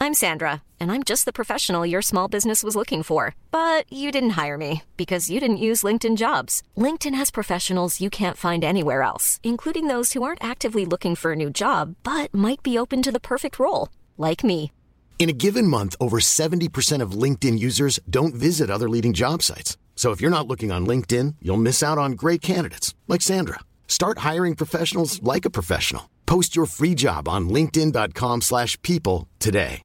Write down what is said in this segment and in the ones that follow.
I'm Sandra, and I'm just the professional your small business was looking for. But you didn't hire me because you didn't use LinkedIn Jobs. LinkedIn has professionals you can't find anywhere else, including those who aren't actively looking for a new job, but might be open to the perfect role, like me. In a given month, over 70% of LinkedIn users don't visit other leading job sites. So if you're not looking on LinkedIn, you'll miss out on great candidates like Sandra. Start hiring professionals like a professional. Post your free job on linkedin.com/people today.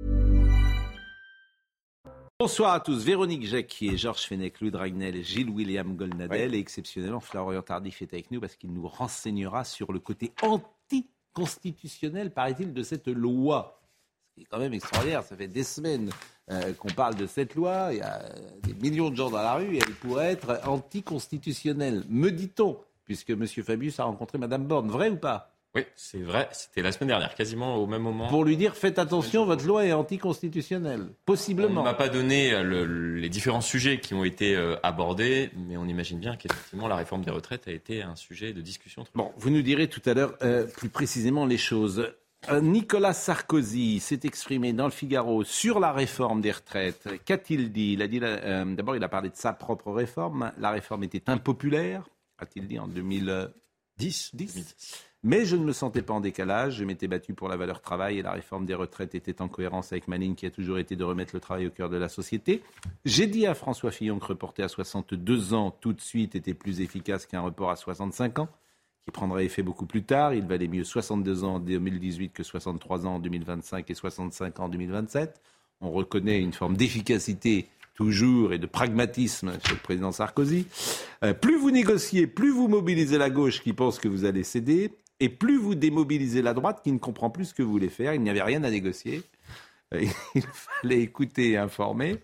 Bonsoir à tous. Véronique Jacquier, Georges Fenech, Louis Dragnel, Gilles William Goldnadel. Et exceptionnellement, Florian Tardif est avec nous parce qu'il nous renseignera sur le côté anticonstitutionnel, paraît-il, de cette loi. C'est quand même extraordinaire. Ça fait des semaines qu'on parle de cette loi. Il y a des millions de gens dans la rue et elle pourrait être anticonstitutionnelle, me dit-on, puisque M. Fabius a rencontré Mme Borne. Vrai ou pas ? Oui, c'est vrai. C'était la semaine dernière, quasiment au même moment. Pour lui dire, faites attention, votre loi est anticonstitutionnelle. Possiblement. On ne m'a pas donné les différents sujets qui ont été abordés, mais on imagine bien qu'effectivement, la réforme des retraites a été un sujet de discussion. Bon, vous nous direz tout à l'heure plus précisément les choses. Nicolas Sarkozy s'est exprimé dans le Figaro sur la réforme des retraites. Qu'a-t-il dit ? Il a dit d'abord, il a parlé de sa propre réforme. La réforme était impopulaire, a-t-il dit en 2010. Mais je ne me sentais pas en décalage. Je m'étais battu pour la valeur travail et la réforme des retraites était en cohérence avec ma ligne qui a toujours été de remettre le travail au cœur de la société. J'ai dit à François Fillon que reporter à 62 ans tout de suite était plus efficace qu'un report à 65 ans, qui prendrait effet beaucoup plus tard. Il valait mieux 62 ans en 2018 que 63 ans en 2025 et 65 ans en 2027. On reconnaît une forme d'efficacité toujours et de pragmatisme chez le président Sarkozy. Plus vous négociez, plus vous mobilisez la gauche qui pense que vous allez céder, et plus vous démobilisez la droite qui ne comprend plus ce que vous voulez faire. Il n'y avait rien à négocier. Il fallait écouter et informer.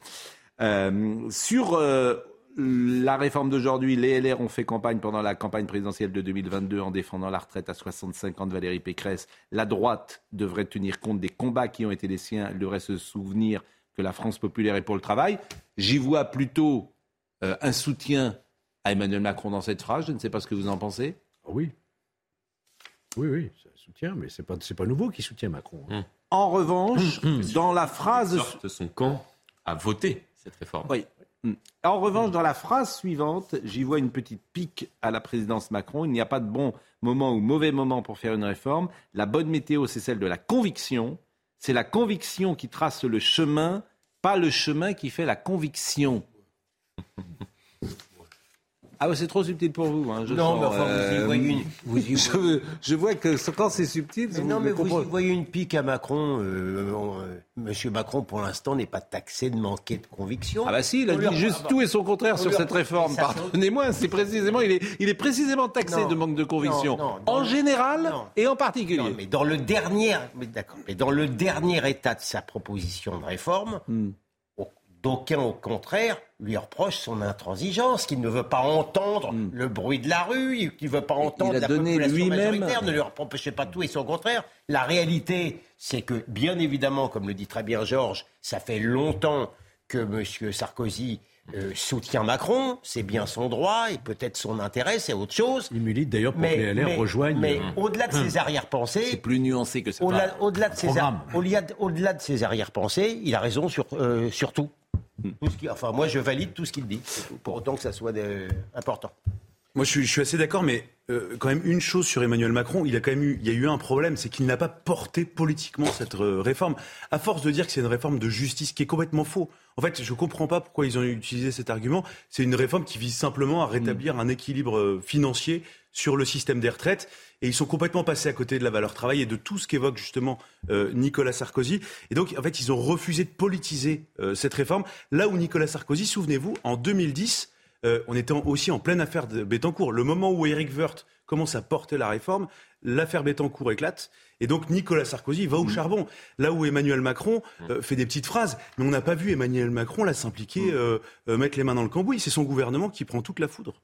Sur la réforme d'aujourd'hui, les LR ont fait campagne pendant la campagne présidentielle de 2022 en défendant la retraite à 65 ans de Valérie Pécresse. La droite devrait tenir compte des combats qui ont été les siens. Elle devrait se souvenir que la France populaire est pour le travail. J'y vois plutôt un soutien à Emmanuel Macron dans cette phrase. Je ne sais pas ce que vous en pensez. Oui. Oui, ça soutient, mais c'est pas nouveau qu'il soutient Macron. En revanche, dans la phrase... Son camp a voté cette réforme. Oui. En revanche, dans la phrase suivante, j'y vois une petite pique à la présidence Macron. Il n'y a pas de bon moment ou mauvais moment pour faire une réforme. La bonne météo, c'est celle de la conviction. C'est la conviction qui trace le chemin, pas le chemin qui fait la conviction. Ah ouais, c'est trop subtil pour vous. Hein, mais enfin, vous y voyez je vois que quand c'est subtil... vous y voyez une pique à Macron. Monsieur Macron, pour l'instant, n'est pas taxé de manquer de conviction. Ah bah si, il a dit juste tout et son contraire sur cette réforme. Pardonnez-moi, c'est précisément, il est précisément taxé de manque de conviction. En général et en particulier. Non, mais dans le dernier état de sa proposition de réforme... D'aucuns, au contraire, lui reprochent son intransigeance, qu'il ne veut pas entendre le bruit de la rue, qu'il ne veut pas entendre la population majoritaire, ne lui reprochez pas tout et son contraire. La réalité, c'est que, bien évidemment, comme le dit très bien Georges, ça fait longtemps que M. Sarkozy soutient Macron, c'est bien son droit et peut-être son intérêt, c'est autre chose. Il milite d'ailleurs pour que les LR rejoignent... Mais au-delà de ses arrière-pensées... C'est plus nuancé que ça. Au-delà de ses arrière-pensées, il a raison sur tout. Moi, je valide tout ce qu'il dit, pour autant que ça soit important. Moi, je suis assez d'accord, mais quand même, une chose sur Emmanuel Macron, il y a eu un problème, c'est qu'il n'a pas porté politiquement cette réforme. À force de dire que c'est une réforme de justice, qui est complètement faux. En fait, je ne comprends pas pourquoi ils ont utilisé cet argument. C'est une réforme qui vise simplement à rétablir un équilibre financier sur le système des retraites. Et ils sont complètement passés à côté de la valeur travail et de tout ce qu'évoque justement Nicolas Sarkozy. Et donc, en fait, ils ont refusé de politiser cette réforme. Là où Nicolas Sarkozy, souvenez-vous, en 2010, on était aussi en pleine affaire de Bettencourt. Le moment où Éric Woerth commence à porter la réforme, l'affaire Bettencourt éclate. Et donc, Nicolas Sarkozy va au charbon. Là où Emmanuel Macron fait des petites phrases. Mais on n'a pas vu Emmanuel Macron là s'impliquer, mettre les mains dans le cambouis. C'est son gouvernement qui prend toute la foudre.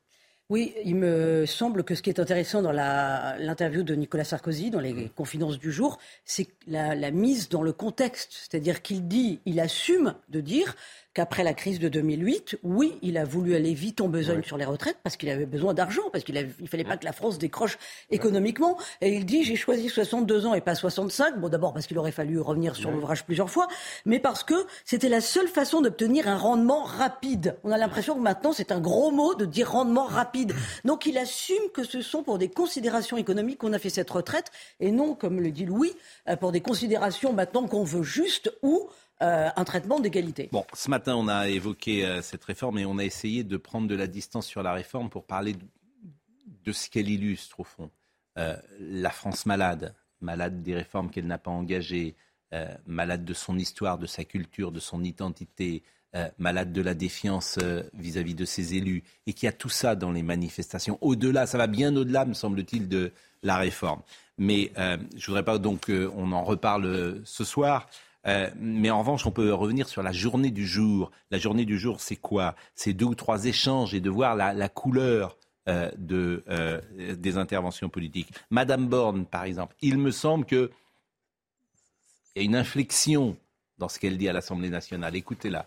Oui, il me semble que ce qui est intéressant dans l'interview de Nicolas Sarkozy, dans les confidences du jour, c'est la mise dans le contexte. C'est-à-dire il assume de dire qu'après la crise de 2008, oui, il a voulu aller vite en besogne sur les retraites parce qu'il avait besoin d'argent, parce qu'il ne fallait pas que la France décroche économiquement. Et il dit, j'ai choisi 62 ans et pas 65. Bon, d'abord parce qu'il aurait fallu revenir sur l'ouvrage plusieurs fois, mais parce que c'était la seule façon d'obtenir un rendement rapide. On a l'impression que maintenant, c'est un gros mot de dire rendement rapide. Donc il assume que ce sont pour des considérations économiques qu'on a fait cette retraite et non, comme le dit Louis, pour des considérations maintenant qu'on veut juste ou un traitement d'égalité. Bon, ce matin, on a évoqué cette réforme et on a essayé de prendre de la distance sur la réforme pour parler de ce qu'elle illustre, au fond. La France malade des réformes qu'elle n'a pas engagées, malade de son histoire, de sa culture, de son identité, malade de la défiance vis-à-vis de ses élus, et qui a tout ça dans les manifestations. Au-delà, ça va bien au-delà, me semble-t-il, de la réforme. Mais je ne voudrais pas donc qu'on en reparle ce soir. Mais en revanche, on peut revenir sur la journée du jour. La journée du jour, c'est quoi ? C'est 2 ou 3 échanges et de voir la couleur des interventions politiques. Madame Borne, par exemple, il me semble qu'il y a une inflexion dans ce qu'elle dit à l'Assemblée nationale. Écoutez-la.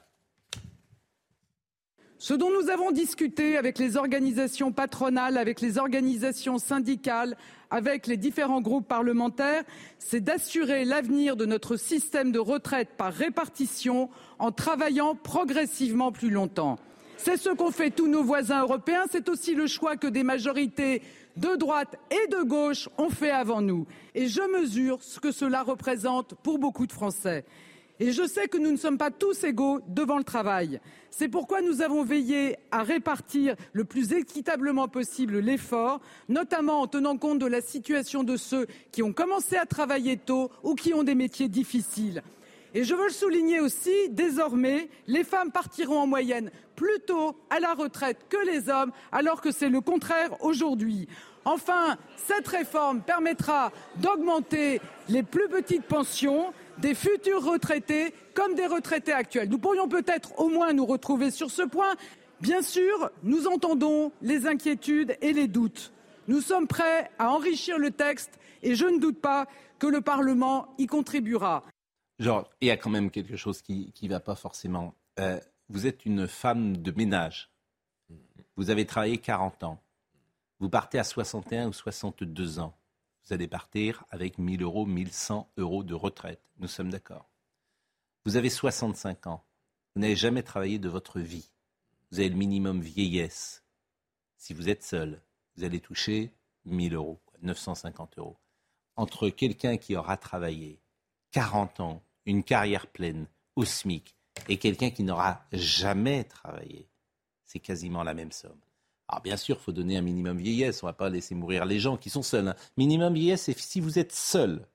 Ce dont nous avons discuté avec les organisations patronales, avec les organisations syndicales, avec les différents groupes parlementaires, c'est d'assurer l'avenir de notre système de retraite par répartition en travaillant progressivement plus longtemps. C'est ce qu'ont fait tous nos voisins européens, c'est aussi le choix que des majorités de droite et de gauche ont fait avant nous. Et je mesure ce que cela représente pour beaucoup de Français. Et je sais que nous ne sommes pas tous égaux devant le travail. C'est pourquoi nous avons veillé à répartir le plus équitablement possible l'effort, notamment en tenant compte de la situation de ceux qui ont commencé à travailler tôt ou qui ont des métiers difficiles. Et je veux le souligner aussi, désormais, les femmes partiront en moyenne plus tôt à la retraite que les hommes, alors que c'est le contraire aujourd'hui. Enfin, cette réforme permettra d'augmenter les plus petites pensions des futurs retraités comme des retraités actuels. Nous pourrions peut-être au moins nous retrouver sur ce point. Bien sûr, nous entendons les inquiétudes et les doutes. Nous sommes prêts à enrichir le texte et je ne doute pas que le Parlement y contribuera. Genre, il y a quand même quelque chose qui ne va pas forcément. Vous êtes une femme de ménage. Vous avez travaillé 40 ans. Vous partez à 61 ou 62 ans. Vous allez partir avec 1 000 euros, 1 100 euros de retraite. Nous sommes d'accord. Vous avez 65 ans. Vous n'avez jamais travaillé de votre vie. Vous avez le minimum vieillesse. Si vous êtes seul, vous allez toucher 1 000 euros, 950 euros. Entre quelqu'un qui aura travaillé 40 ans, une carrière pleine, au SMIC, et quelqu'un qui n'aura jamais travaillé, c'est quasiment la même somme. Alors bien sûr, il faut donner un minimum vieillesse, on ne va pas laisser mourir les gens qui sont seuls. Hein. Minimum vieillesse, c'est si vous êtes seul.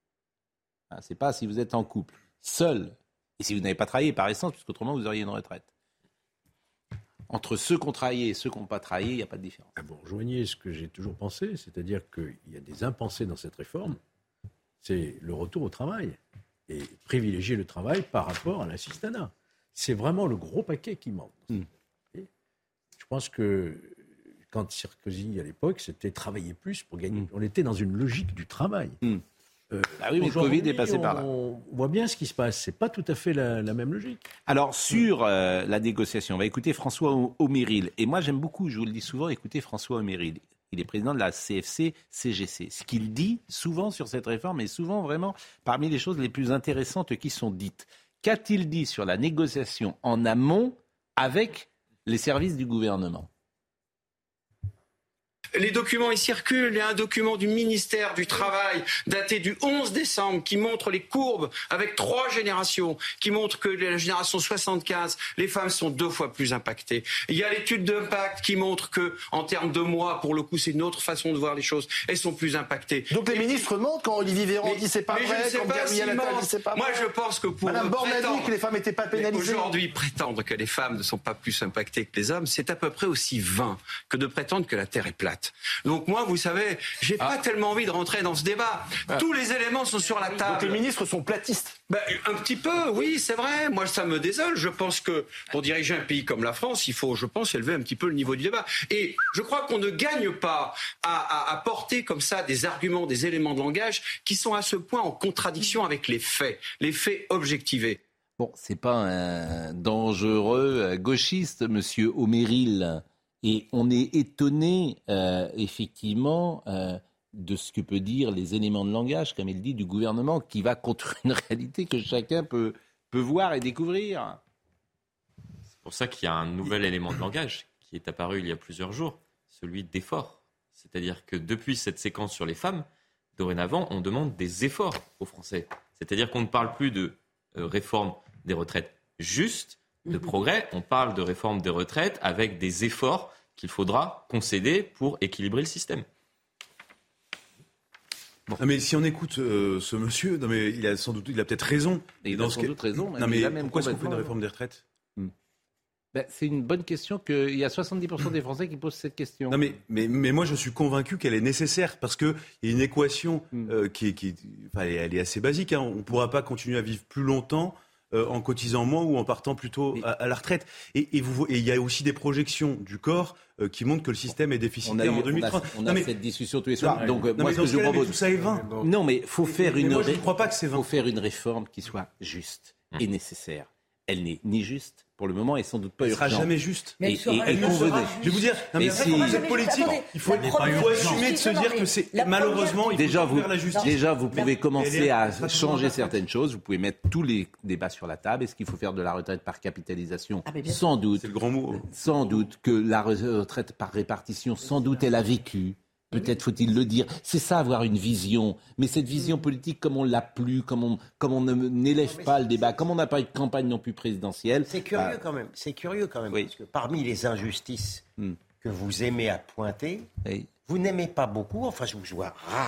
Hein, ce n'est pas si vous êtes en couple. Seul. Et si vous n'avez pas travaillé par essence, puisqu'autrement vous auriez une retraite. Entre ceux qui ont travaillé et ceux qui n'ont pas travaillé, il n'y a pas de différence. Vous rejoignez ce que j'ai toujours pensé, c'est-à-dire qu'il y a des impensés dans cette réforme. C'est le retour au travail. Et privilégier le travail par rapport à l'assistanat. C'est vraiment le gros paquet qui manque. Je pense que quand Sarkozy, à l'époque, c'était travailler plus pour gagner. On était dans une logique du travail. Oui, mais le Covid est passé par là. On voit bien ce qui se passe. Ce n'est pas tout à fait la même logique. Alors, sur la négociation, on va écouter François Omeril. Et moi, j'aime beaucoup, je vous le dis souvent, écouter François Omeril. Il est président de la CFC-CGC. Ce qu'il dit souvent sur cette réforme est souvent vraiment parmi les choses les plus intéressantes qui sont dites. Qu'a-t-il dit sur la négociation en amont avec les services du gouvernement ? Les documents y circulent. Il y a un document du ministère du Travail daté du 11 décembre qui montre les courbes avec 3 générations, qui montre que la génération 75, les femmes sont 2 fois plus impactées. Il y a l'étude d'impact qui montre que, en termes de mois, pour le coup, c'est une autre façon de voir les choses, elles sont plus impactées. Donc les ministres mentent quand Olivier Véran dit c'est pas vrai, quand Gabriel Attal dit c'est pas vrai. Moi, je pense que pour Madame Borne a dit que les femmes n'étaient pas pénalisées. Aujourd'hui, prétendre que les femmes ne sont pas plus impactées que les hommes, c'est à peu près aussi vain que de prétendre que la Terre est plate. retraite. Donc moi, vous savez, j'ai pas tellement envie de rentrer dans ce débat. Tous les éléments sont sur la table. Donc les ministres sont platistes. Un petit peu, oui, c'est vrai. Moi, ça me désole. Je pense que pour diriger un pays comme la France, il faut, je pense, élever un petit peu le niveau du débat. Et je crois qu'on ne gagne pas à porter comme ça des arguments, des éléments de langage qui sont à ce point en contradiction avec les faits objectivés. Bon, c'est pas un dangereux gauchiste, monsieur Omeril. Et on est étonné, effectivement, de ce que peut dire les éléments de langage, comme il dit, du gouvernement, qui va contre une réalité que chacun peut voir et découvrir. C'est pour ça qu'il y a un nouvel élément de langage qui est apparu il y a plusieurs jours, celui d'effort. C'est-à-dire que depuis cette séquence sur les femmes, dorénavant, on demande des efforts aux Français. C'est-à-dire qu'on ne parle plus de réforme des retraites justes, de progrès, on parle de réforme des retraites avec des efforts qu'il faudra concéder pour équilibrer le système. Bon. Non mais si on écoute ce monsieur, non mais il a peut-être raison. Il a sans doute raison. Non mais pourquoi est-ce qu'on fait une réforme des retraites ? C'est une bonne question qu'il y a 70% des Français qui posent cette question. Non mais moi je suis convaincu qu'elle est nécessaire parce qu'il y a une équation elle est assez basique. Hein. On ne pourra pas continuer à vivre plus longtemps en cotisant moins ou en partant plutôt à la retraite. Et il y a aussi des projections du corps qui montrent que le système est déficitaire en 2030. On a cette discussion tous les soirs. Donc moi ce que je vous propose, tout ça est vain. Non mais faut faire une. Moi je ne crois pas que c'est vain. Faut faire une réforme qui soit juste et nécessaire. Elle n'est ni juste pour le moment et sans doute pas urgente. Elle ne sera jamais juste. Et elle convenait. Je vais vous dire, si vous êtes politique, il faut assumer de se dire que c'est malheureusement il faut faire la justice. Déjà, vous pouvez commencer à changer certaines choses. Vous pouvez mettre tous les débats sur la table. Est-ce qu'il faut faire de la retraite par capitalisation ? Sans doute. C'est le grand mot. Sans doute que la retraite par répartition, sans doute, elle a vécu. Peut-être faut-il le dire. C'est ça, avoir une vision. Mais cette vision politique, comme on l'a plus, comme on n'élève pas le débat, comme on n'a pas eu de campagne non plus présidentielle. C'est curieux quand même. C'est curieux quand même. Oui. Parce que parmi les injustices que vous aimez à pointer, vous n'aimez pas beaucoup. Enfin, je vous vois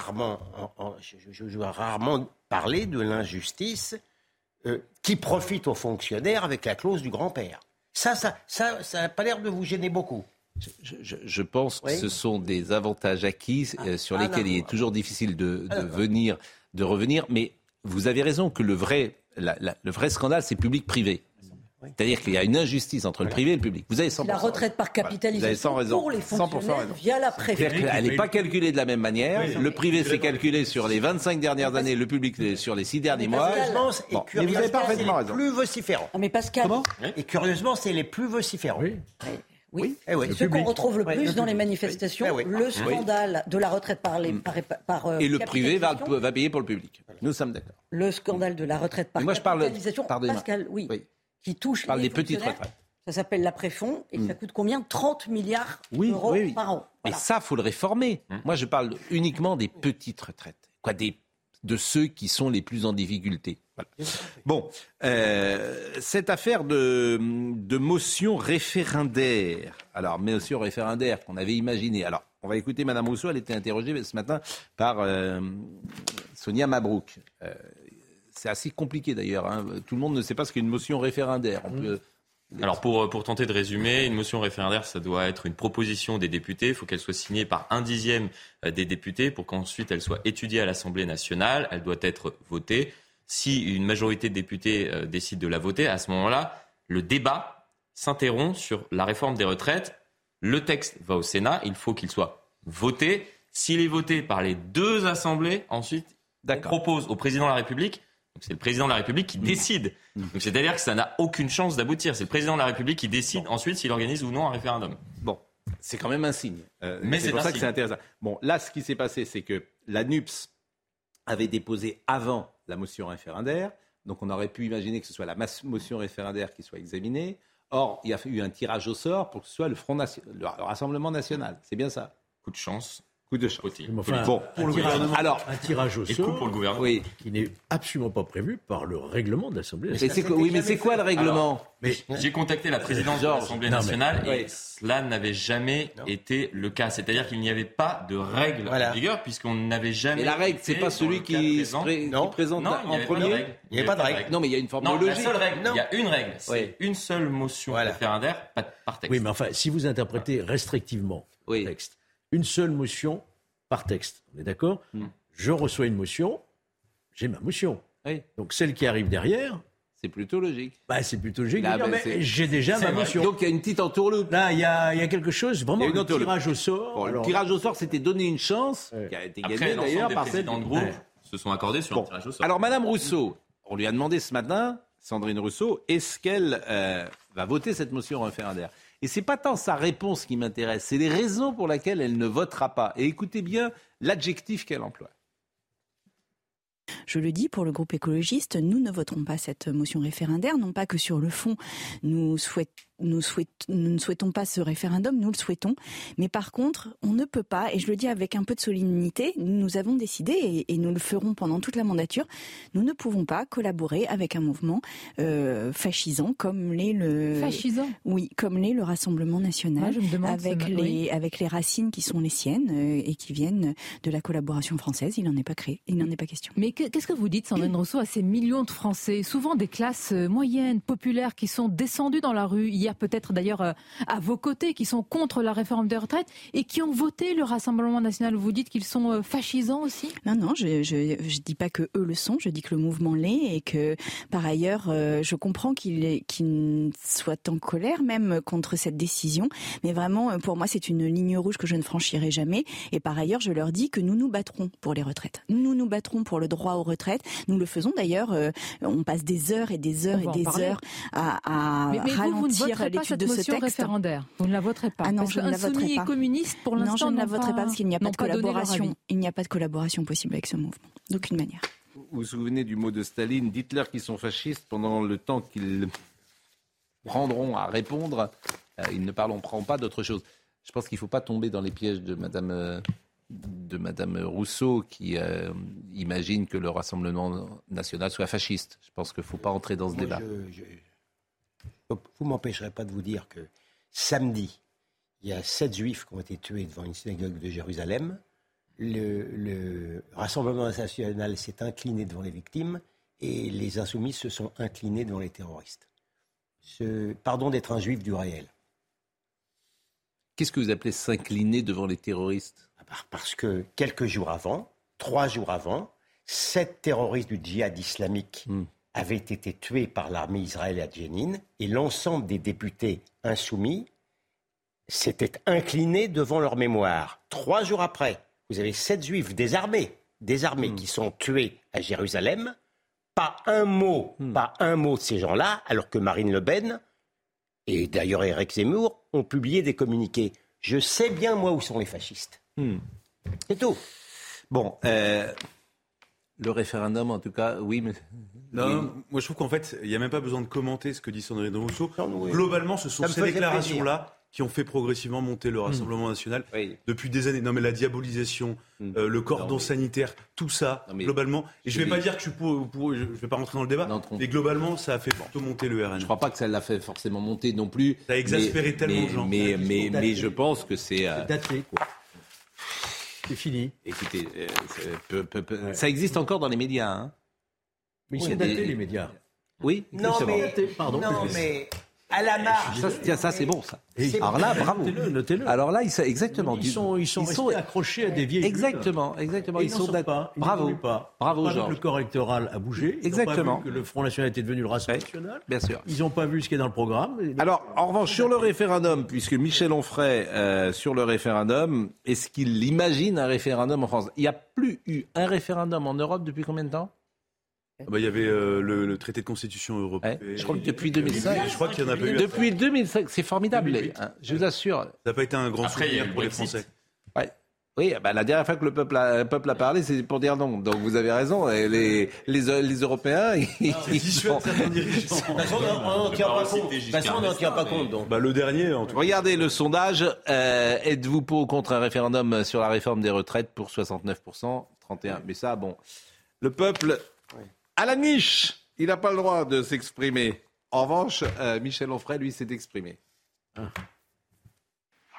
rarement parler de l'injustice qui profite aux fonctionnaires avec la clause du grand-père. Ça n'a pas l'air de vous gêner beaucoup. Je pense que ce sont des avantages acquis sur lesquels il est toujours difficile de revenir. Mais vous avez raison que le vrai scandale, c'est public-privé. C'est-à-dire qu'il y a une injustice entre le privé et le public. Vous avez 100%. La retraite par capitalisation pour les fonctionnaires via la préfecture. Elle n'est pas calculée de la même manière. Le privé s'est calculé sur les 25 dernières années, le public sur les 6 derniers mois. Mais vous avez parfaitement raison. Plus vociférants. Mais Pascal. Comment ? Et curieusement, c'est les plus vociférants. Oui. Ce qu'on retrouve le plus dans les manifestations, le scandale de la retraite par et le privé va payer pour le public. Nous sommes d'accord. Le scandale de la retraite par capitalisation, Pascal, qui touche je parle des petites retraites. Ça s'appelle l'après-fonds et ça coûte combien ? 30 milliards d'euros par an. Voilà. Et ça, il faut le réformer. Moi, je parle uniquement des petites retraites. De ceux qui sont les plus en difficulté. Voilà. Bon, cette affaire de motion référendaire. Alors, motion référendaire qu'on avait imaginée. Alors, on va écouter Mme Rousseau. Elle était interrogée ce matin par Sonia Mabrouk. C'est assez compliqué d'ailleurs. Hein. Tout le monde ne sait pas ce qu'est une motion référendaire. Alors pour tenter de résumer, une motion référendaire, ça doit être une proposition des députés. Il faut qu'elle soit signée par 1/10 des députés pour qu'ensuite elle soit étudiée à l'Assemblée nationale. Elle doit être votée. Si une majorité de députés décide de la voter, à ce moment-là, le débat s'interrompt sur la réforme des retraites. Le texte va au Sénat. Il faut qu'il soit voté. S'il est voté par les deux assemblées, ensuite, on propose au président de la République. Donc c'est le président de la République qui décide. Donc c'est-à-dire que ça n'a aucune chance d'aboutir. C'est le président de la République qui décide ensuite s'il organise ou non un référendum. Bon, c'est quand même un signe. Mais c'est pour ça que c'est intéressant. Bon, là, ce qui s'est passé, c'est que la NUPS avait déposé avant la motion référendaire. Donc on aurait pu imaginer que ce soit la motion référendaire qui soit examinée. Or, il y a eu un tirage au sort pour que ce soit le Rassemblement national. C'est bien ça. Coup de chance. Coup de chance. Enfin, bon, pour le gouvernement. Alors, un tirage au sort pour le gouvernement. Oui. Qui n'est absolument pas prévu par le règlement de l'Assemblée nationale. Mais c'est quoi le règlement ? J'ai contacté la présidence de l'Assemblée nationale et cela n'avait jamais été le cas. C'est-à-dire qu'il n'y avait pas de règle en vigueur puisqu'on n'avait jamais. Et la règle, c'est pas celui qui présente en premier. Il n'y avait pas de règle. Non, mais il y a une forme de logique. Non, la seule règle, il y a une règle. C'est une seule motion référendaire par texte. Oui, mais enfin, si vous interprétez restrictivement le texte, une seule motion par texte. On est d'accord ? Je reçois une motion, j'ai ma motion. Oui. Donc celle qui arrive derrière... C'est plutôt logique. C'est plutôt logique de dire, mais j'ai déjà ma motion. Donc il y a une petite entourloupe. Là, il y a quelque chose, vraiment, le tirage au sort. Bon, le tirage au sort, c'était donner une chance, qui a été gagnée d'ailleurs par cette... présidents de groupe se sont accordés sur un tirage au sort. Alors Madame Rousseau, on lui a demandé ce matin, Sandrine Rousseau, est-ce qu'elle va voter cette motion référendaire ? Et c'est pas tant sa réponse qui m'intéresse, c'est les raisons pour lesquelles elle ne votera pas. Et écoutez bien l'adjectif qu'elle emploie. Je le dis, pour le groupe écologiste, nous ne voterons pas cette motion référendaire, non pas que sur le fond, nous ne souhaitons pas ce référendum, nous le souhaitons, mais par contre, on ne peut pas, et je le dis avec un peu de solennité, nous avons décidé, et nous le ferons pendant toute la mandature, nous ne pouvons pas collaborer avec un mouvement fascisant comme l'est le... Fascisant ? Oui, comme l'est le Rassemblement National, je me demande avec les racines qui sont les siennes et qui viennent de la collaboration française. Il n'en est pas question. Mais qu'est-ce que vous dites, Sandrine Rousseau, à ces millions de Français, souvent des classes moyennes, populaires, qui sont descendus dans la rue, hier peut-être d'ailleurs à vos côtés, qui sont contre la réforme des retraites et qui ont voté le Rassemblement National. Vous dites qu'ils sont fascisants aussi ? Non, je dis pas que eux le sont, je dis que le mouvement l'est et que par ailleurs, je comprends qu'ils soient en colère même contre cette décision, mais vraiment pour moi c'est une ligne rouge que je ne franchirai jamais, et par ailleurs je leur dis que nous nous battrons pour les retraites. Nous nous battrons pour le droit aux retraites. Nous le faisons d'ailleurs, on passe des heures et des heures et des heures à ralentir l'étude de ce texte. Référendaire. Vous ne la voterez pas. Ah non, parce je ne la voterai pas. Et communistes, pour l'instant, non, je ne la voterai pas parce qu'il n'y a pas de collaboration. Il n'y a pas de collaboration possible avec ce mouvement, d'aucune manière. Vous vous souvenez du mot de Staline, dites-leur qu'ils sont fascistes pendant le temps qu'ils prendront à répondre, ils ne parleront pas d'autre chose. Je pense qu'il ne faut pas tomber dans les pièges de Madame Rousseau qui imagine que le Rassemblement national soit fasciste. Je pense qu'il ne faut pas entrer dans ce débat. Vous ne m'empêcherez pas de vous dire que samedi, il y a 7 juifs qui ont été tués devant une synagogue de Jérusalem. Le Rassemblement national s'est incliné devant les victimes et les insoumis se sont inclinés devant les terroristes. Pardon d'être un juif du réel. Qu'est-ce que vous appelez s'incliner devant les terroristes ? Parce que quelques jours avant, 3 jours avant, 7 terroristes du djihad islamique avaient été tués par l'armée israélienne à Jenin, et l'ensemble des députés insoumis s'étaient inclinés devant leur mémoire. 3 jours après, vous avez 7 juifs désarmés qui sont tués à Jérusalem. Pas un mot de ces gens-là, alors que Marine Le Pen et d'ailleurs Éric Zemmour ont publié des communiqués. Je sais bien, moi, où sont les fascistes. C'est tout. Bon, le référendum, en tout cas, oui, mais... Non, moi je trouve qu'en fait, il n'y a même pas besoin de commenter ce que dit Sandrine Rousseau. Globalement, ce sont ces déclarations-là qui ont fait progressivement monter le Rassemblement national depuis des années. Non, mais la diabolisation, le cordon sanitaire, tout ça, globalement. Et je ne vais pas dire que je ne vais pas rentrer dans le débat, mais globalement, ça a fait plutôt monter le RN. Je ne crois pas que ça l'a fait forcément monter non plus. Ça a exaspéré tellement de gens. Mais je pense que c'est... C'est daté, quoi. C'est fini. Écoutez, ça existe encore dans les médias. Hein. Mais ils sont datés, les médias. Oui, non, mais à la marge. Ça c'est bon, ça. Alors là, bravo. Notez-le. Alors là, exactement. Ils sont restés accrochés à des vieilles. Exactement. Ils sont pas. Bravo. Bravo, Georges. Le corps électoral a bougé. Exactement. Ils n'ont pas vu que le Front National était devenu le Rassemblement National. Bien sûr. Ils n'ont pas vu ce qui est dans le programme. Alors, en revanche, sur le référendum, puisque Michel Onfray, sur le référendum, est-ce qu'il imagine un référendum en France ? Il n'y a plus eu un référendum en Europe depuis combien de temps ? Il y avait le traité de constitution européen. Je crois que depuis 2005. Je crois qu'il y en a pas eu. Depuis 2005, c'est formidable. 2008. Je vous assure. Ça n'a pas été un grand souvenir pour les Français. Ouais. Oui, la dernière fois que le peuple a parlé, c'est pour dire non. Donc vous avez raison. Les Européens, ils sont... on n'en tient pas compte. Donc. Le dernier, en tout cas. Regardez le sondage. Êtes-vous pour ou contre un référendum sur la réforme des retraites pour 69%, 31%. Mais ça, bon, le peuple... À la niche, il n'a pas le droit de s'exprimer. En revanche, Michel Onfray, lui, s'est exprimé.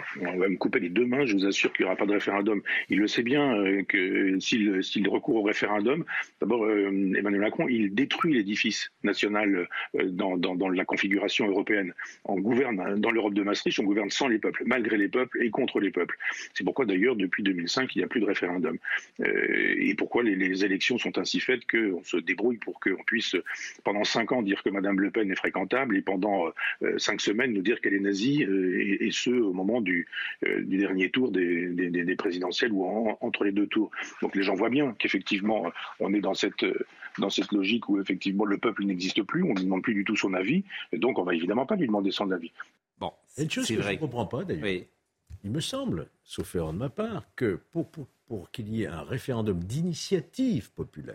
on va me couper les deux mains, je vous assure qu'il n'y aura pas de référendum. Il le sait bien que s'il recourt au référendum, d'abord Emmanuel Macron, il détruit l'édifice national dans la configuration européenne. On gouverne dans l'Europe de Maastricht, on gouverne sans les peuples, malgré les peuples et contre les peuples. C'est pourquoi d'ailleurs depuis 2005 il n'y a plus de référendum. Et pourquoi les élections sont ainsi faites qu'on se débrouille pour qu'on puisse pendant 5 ans dire que Madame Le Pen est fréquentable et pendant 5 semaines nous dire qu'elle est nazie, et ce au moment du dernier tour des présidentielles ou entre les deux tours. Donc les gens voient bien qu'effectivement on est dans cette logique où effectivement le peuple n'existe plus, on ne lui demande plus du tout son avis, et donc on va évidemment pas lui demander son avis. Bon, c'est une chose que je ne comprends pas d'ailleurs. Oui. Il me semble, sauf erreur de ma part, que pour qu'il y ait un référendum d'initiative populaire,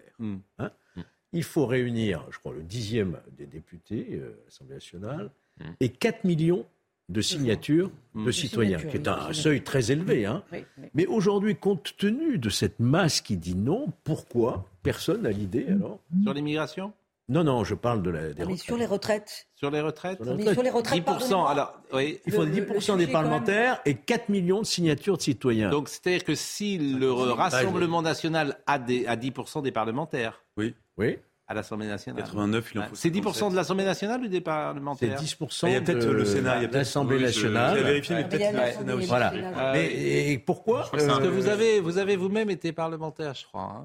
il faut réunir, je crois, le 10e des députés à l'Assemblée nationale et 4 millions de signatures de citoyens, qui est un seuil très élevé. Oui. Mais aujourd'hui, compte tenu de cette masse qui dit non, pourquoi personne n'a l'idée alors ? Sur l'immigration ? Non, je parle des retraites. Sur les retraites. Sur les retraites, 10%. Alors, oui, il faut 10% des parlementaires et 4 millions de signatures de citoyens. Donc, c'est-à-dire que si le Rassemblement national a 10% des parlementaires, oui, à l'Assemblée nationale. 89, il en faut. C'est 10% de l'Assemblée nationale ou des parlementaires ? C'est 10% il y a peut-être le Sénat, il y a peut-être l'Assemblée nationale. Je vais vérifier, mais peut-être le Sénat aussi. Voilà. Et pourquoi ? Parce que vous avez vous-même été parlementaire, je crois.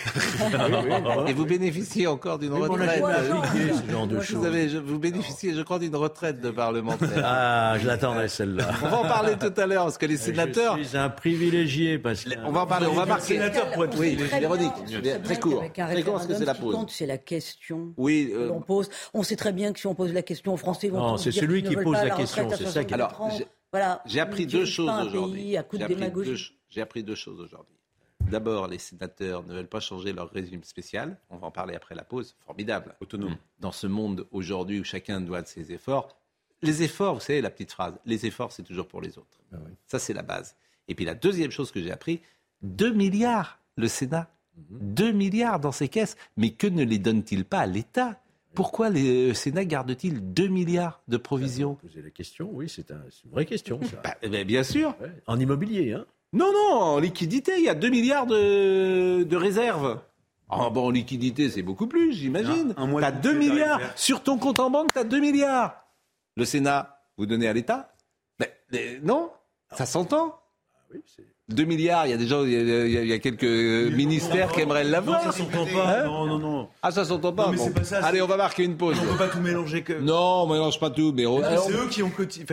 Et vous bénéficiez encore d'une retraite. Ce genre de choses. Vous bénéficiez, je crois, d'une retraite de parlementaire. Ah, je l'attendais celle-là. On va en parler tout à l'heure, parce que les sénateurs... Je suis un privilégié, parce que... On va en parler, on va marquer... Oui, Véronique, très court. Parce que c'est la pause. C'est la question que l'on pose. On sait très bien que si on pose la question aux Français, ils vont non, c'est celui qui pose la question, c'est ça qui est... Alors, j'ai appris deux choses aujourd'hui. J'ai appris deux choses aujourd'hui. D'abord, les sénateurs ne veulent pas changer leur régime spécial. On va en parler après la pause. Formidable. Autonome. Dans ce monde aujourd'hui où chacun doit de ses efforts. Les efforts, vous savez, la petite phrase, les efforts, c'est toujours pour les autres. Ah oui. Ça, c'est la base. Et puis la deuxième chose que j'ai appris, 2 milliards, le Sénat. 2 milliards dans ses caisses. Mais que ne les donne-t-il pas à l'État ? Pourquoi le Sénat garde-t-il 2 milliards de provisions ? Poser la question, oui, c'est une vraie question. Ça. Bien sûr. Ouais. En immobilier, hein ? Non, en liquidité, il y a 2 milliards de réserves. En liquidité, c'est beaucoup plus, j'imagine. Tu as 2 milliards. Sur ton compte en banque, tu as 2 milliards. Le Sénat, vous donnez à l'État ? Non, ça s'entend. Oui, 2 milliards, il y a des gens, il y a quelques ministères qui aimeraient l'avoir. Non, ça s'entend pas. Non. Ah, ça s'entend pas. Non, mais c'est pas ça. Allez, on va marquer une pause. On peut pas tout mélanger. Non, on mélange pas tout. Mais c'est eux qui ont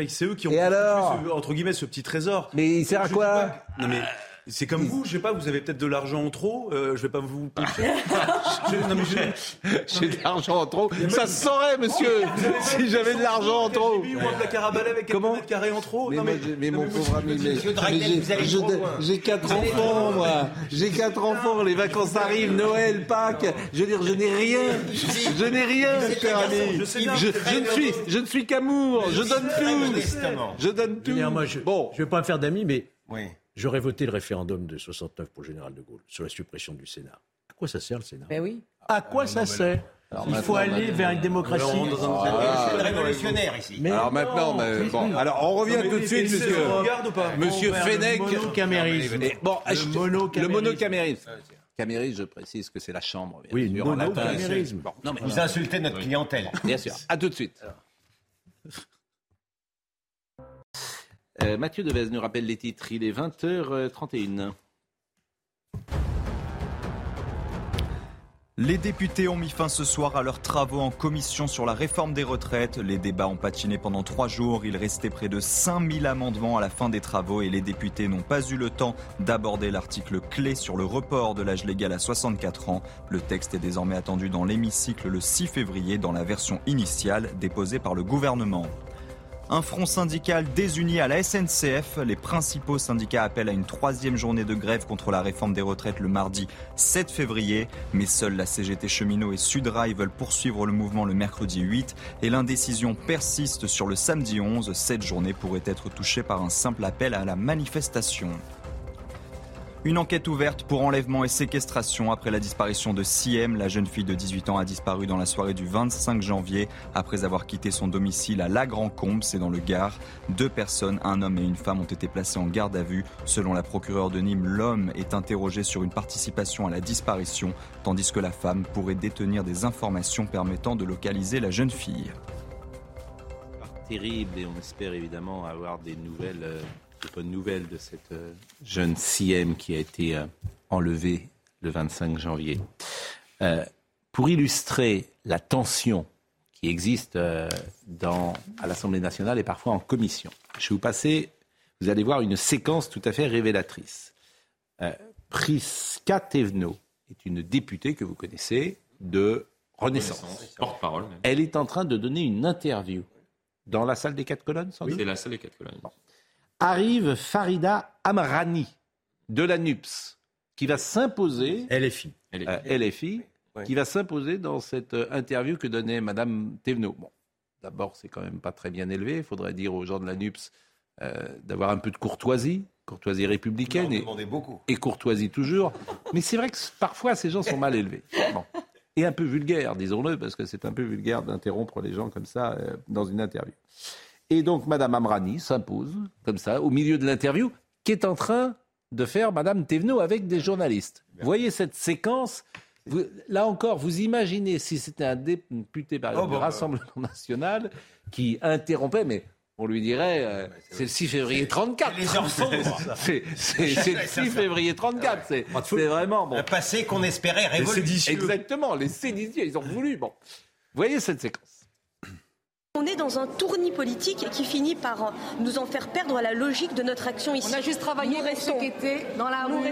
entre guillemets ce petit trésor. Mais il sert à quoi ? Non mais. C'est comme vous, je sais pas, vous avez peut-être de l'argent en trop, je vais pas vous piquer. J'ai de l'argent en trop. Ça se saurait, monsieur, si j'avais de l'argent en trop. Ou un placard à balai avec quelques mètres carrés en trop. Mais mon pauvre ami, j'ai 4 enfants, moi. J'ai 4 enfants, les vacances arrivent, Noël, Pâques. Je veux dire, je n'ai rien, cher ami. Je ne suis qu'amour, je donne tout. Moi, je ne vais pas faire d'amis, mais... Oui. J'aurais voté le référendum de 69 pour le général de Gaulle sur la suppression du Sénat. À quoi ça sert le Sénat ? Ben oui. À quoi ça sert ? Il faut aller vers une démocratie. C'est révolutionnaire ici. Alors maintenant, alors on revient tout de suite, monsieur Fenech. Le monocamérisme. Le monocamérisme. Camérisme, je précise que c'est la chambre. Oui, le monocamérisme. Vous insultez notre clientèle. Bien sûr. À tout de suite. Mathieu Devez nous rappelle les titres. Il est 20h31. Les députés ont mis fin ce soir à leurs travaux en commission sur la réforme des retraites. Les débats ont patiné pendant 3 jours. Il restait près de 5000 amendements à la fin des travaux et les députés n'ont pas eu le temps d'aborder l'article clé sur le report de l'âge légal à 64 ans. Le texte est désormais attendu dans l'hémicycle le 6 février dans la version initiale déposée par le gouvernement. Un front syndical désuni à la SNCF. Les principaux syndicats appellent à une 3e journée de grève contre la réforme des retraites le mardi 7 février. Mais seuls la CGT Cheminots et Sudrail veulent poursuivre le mouvement le mercredi 8. Et l'indécision persiste sur le samedi 11. Cette journée pourrait être touchée par un simple appel à la manifestation. Une enquête ouverte pour enlèvement et séquestration après la disparition de Siem. La jeune fille de 18 ans a disparu dans la soirée du 25 janvier après avoir quitté son domicile à La Grand-Combe, c'est dans le Gard. 2 personnes, un homme et une femme, ont été placées en garde à vue. Selon la procureure de Nîmes, l'homme est interrogé sur une participation à la disparition, tandis que la femme pourrait détenir des informations permettant de localiser la jeune fille. Terrible, et on espère évidemment avoir des bonnes nouvelles de cette jeune Siem qui a été enlevée le 25 janvier. Pour illustrer la tension qui existe à l'Assemblée nationale et parfois en commission, je vais vous passer, vous allez voir une séquence tout à fait révélatrice. Prisca Thévenot est une députée que vous connaissez de Renaissance. Porte-parole même. Elle est en train de donner une interview dans la salle des 4 colonnes, sans doute. C'est la salle des 4 colonnes. Bon. Arrive Farida Amrani de la NUPS, qui va s'imposer. LFI. Qui va s'imposer dans cette interview que donnait Madame Thévenot. Bon, d'abord, c'est quand même pas très bien élevé. Il faudrait dire aux gens de la NUPS d'avoir un peu de courtoisie républicaine et courtoisie toujours. Mais c'est vrai que parfois, ces gens sont mal élevés. Bon. Et un peu vulgaire, disons-le, parce que c'est un peu vulgaire d'interrompre les gens comme ça dans une interview. Et donc, Mme Amrani s'impose, comme ça, au milieu de l'interview, qu'est en train de faire Mme Thévenot avec des journalistes. Vous voyez cette séquence, là encore, vous imaginez si c'était un député du Rassemblement national qui interrompait, mais on lui dirait, c'est le 6 février 34. Les heures sombres. C'est le 6 février 34. C'est vraiment bon. Un passé qu'on espérait révolu. Exactement, les séditieux, ils ont voulu. Bon, vous voyez cette séquence. On est dans un tournis politique qui finit par nous en faire perdre la logique de notre action ici. On a juste travaillé pour ceux qui étaient dans la rue.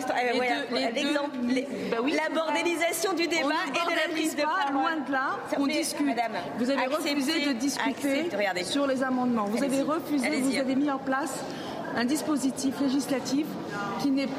La bordélisation du débat et de la prise de parole. Loin de là, on discute. Madame, vous avez refusé de discuter sur les amendements. Vous avez refusé, vous avez mis en place un dispositif législatif qui n'est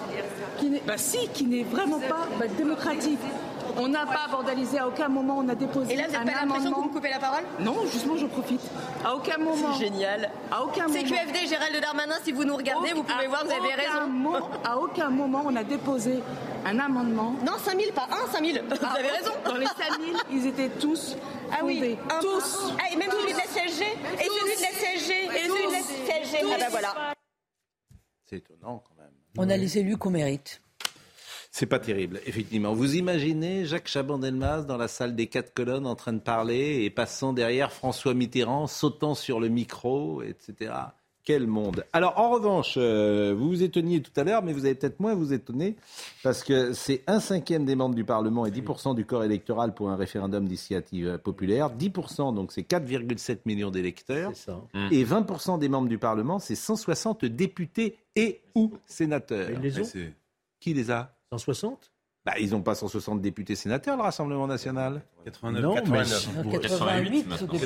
vraiment pas démocratique. On n'a pas bordalisé, à aucun moment on a déposé un amendement. Et là, vous n'avez pas l'impression que vous me coupez la parole ? Non, justement, je profite. À aucun moment. C'est génial. À aucun moment. CQFD, Gérald Darmanin, si vous nous regardez, vous pouvez voir, vous avez raison. À aucun moment on a déposé un amendement. Non, 5 000, pas 5 000. Vous avez raison. Dans les 5 000, ils étaient tous fondés. Tous. Et même celui de la CSG. Et celui de la CSG. Et celui de la CSG. Ah ben voilà. C'est étonnant quand même. On a les élus qu'on mérite. C'est pas terrible, effectivement. Vous imaginez Jacques Chaban-Delmas dans la salle des 4 colonnes en train de parler et passant derrière François Mitterrand, sautant sur le micro, etc. Quel monde. Alors, en revanche, vous vous étonniez tout à l'heure, mais vous allez peut-être moins vous étonner, parce que c'est 1/5 des membres du Parlement et 10% du corps électoral pour un référendum d'initiative populaire. 10%, donc c'est 4,7 millions d'électeurs. C'est ça. Et 20% des membres du Parlement, c'est 160 députés et ou sénateurs. Ils les ont ? Qui les a ? 160 ? Ils n'ont pas 160 députés sénateurs, le Rassemblement national. 89, non, 88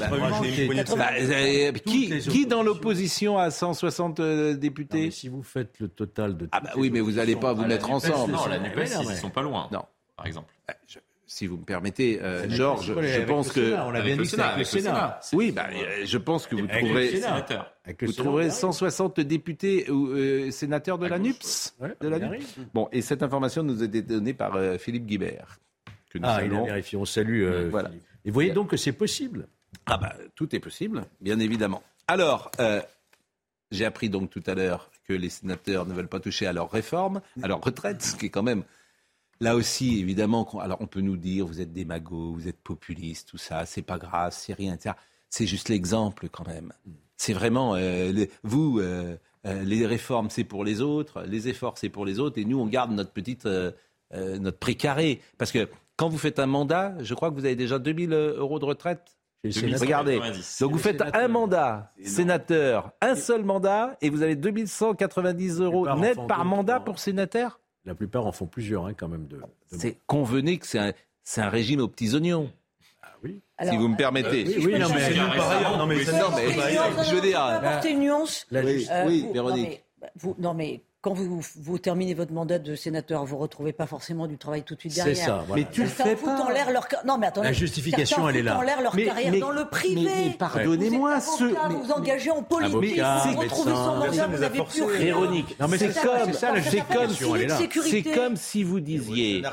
maintenant. Qui dans l'opposition a 160 députés ? Si vous faites le total de... oui, mais vous n'allez pas vous mettre ensemble. Non, la NUPES, ils ne sont pas loin, non. Par exemple. Si vous me permettez, Georges, je pense que... On l'a bien dit avec le Sénat. Oui, je pense que vous trouverez 160 députés ou sénateurs de la NUPS. Bon, et cette information nous a été donnée par Philippe Guibert. Il a vérifié, on salue voilà. Philippe. Et vous voyez donc que c'est possible. Tout est possible, bien évidemment. Alors, j'ai appris donc tout à l'heure que les sénateurs ne veulent pas toucher à leur réforme, à leur retraite, ce qui est quand même... Là aussi, évidemment, alors on peut nous dire, vous êtes démagogue, vous êtes populiste, tout ça, c'est pas grave, c'est rien, etc. C'est juste l'exemple quand même. C'est vraiment, les réformes, c'est pour les autres, les efforts, c'est pour les autres, et nous, on garde notre précaré. Parce que quand vous faites un mandat, je crois que vous avez déjà 2 000 euros de retraite. Regardez, donc vous faites un mandat sénateur, un seul mandat, et vous avez 2190 euros net par mandat pour sénateur. La plupart en font plusieurs, quand même. Convenez que c'est un régime aux petits oignons. Oui. Alors, si vous me permettez. Je veux dire. Oui, Véronique. quand vous terminez votre mandat de sénateur, vous ne retrouvez pas forcément du travail tout de suite derrière. C'est ça. Voilà. Mais tu le fais pas. En l'air leur... Non, mais attendez. La justification, elle est là. En l'air leur carrière dans le privé. Mais pardonnez-moi, vous engagez en politique, vous retrouvez son mandat, vous n'avez plus rien. Véronique, c'est comme si vous disiez